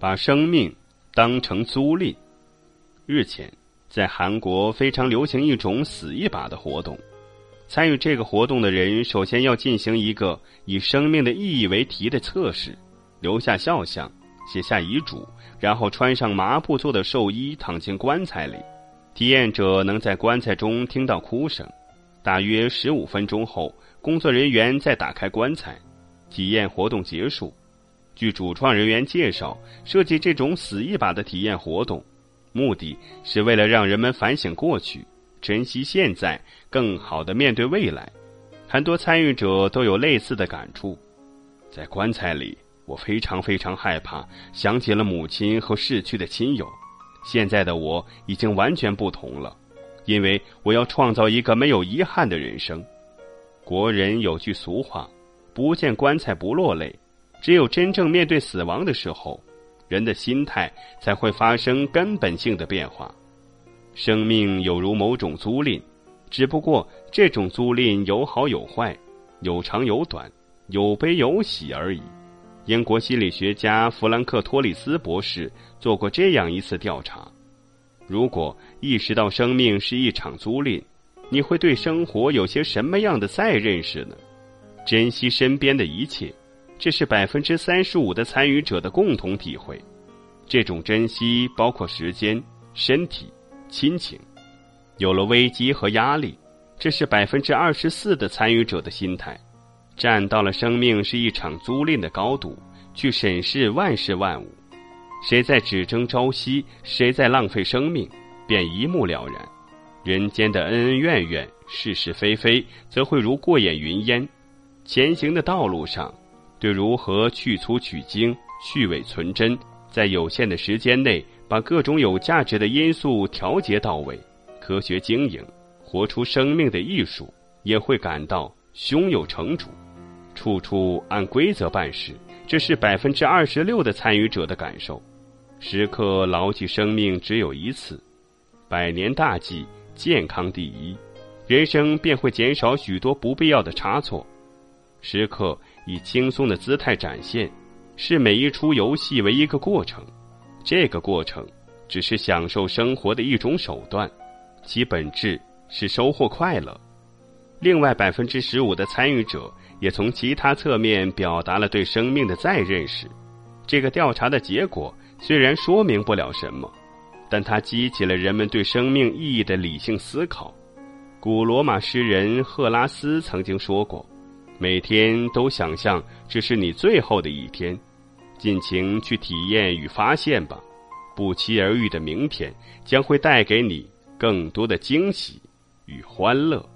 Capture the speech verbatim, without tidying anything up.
把生命当成租赁。日前，在韩国非常流行一种死一把的活动。参与这个活动的人首先要进行一个以生命的意义为题的测试，留下肖像，写下遗嘱，然后穿上麻布做的寿衣躺进棺材里。体验者能在棺材中听到哭声。大约十五分钟后，工作人员再打开棺材，体验活动结束。据主创人员介绍，设计这种死一把的体验活动，目的是为了让人们反省过去，珍惜现在，更好地面对未来。很多参与者都有类似的感触。在棺材里，我非常非常害怕，想起了母亲和逝去的亲友。现在的我已经完全不同了，因为我要创造一个没有遗憾的人生。国人有句俗话，不见棺材不落泪。只有真正面对死亡的时候，人的心态才会发生根本性的变化。生命有如某种租赁，只不过这种租赁有好有坏，有长有短，有悲有喜而已。英国心理学家弗兰克·托里斯博士做过这样一次调查：如果意识到生命是一场租赁，你会对生活有些什么样的再认识呢？珍惜身边的一切，这是百分之三十五的参与者的共同体会。这种珍惜包括时间、身体、亲情。有了危机和压力，这是百分之二十四的参与者的心态。站到了生命是一场租赁的高度，去审视万事万物。谁在只争朝夕，谁在浪费生命，便一目了然。人间的恩恩怨怨、是是非非，则会如过眼云烟。前行的道路上，对如何去粗取精、去伪存真，在有限的时间内把各种有价值的因素调节到位，科学经营，活出生命的艺术，也会感到胸有成竹。处处按规则办事，这是百分之二十六的参与者的感受。时刻牢记生命只有一次，百年大计，健康第一，人生便会减少许多不必要的差错。时刻以轻松的姿态展现，视每一出游戏为一个过程，这个过程只是享受生活的一种手段，其本质是收获快乐。另外百分之十五的参与者也从其他侧面表达了对生命的再认识。这个调查的结果虽然说明不了什么，但它激起了人们对生命意义的理性思考。古罗马诗人赫拉斯曾经说过，每天都想象这是你最后的一天，尽情去体验与发现吧。不期而遇的明天将会带给你更多的惊喜与欢乐。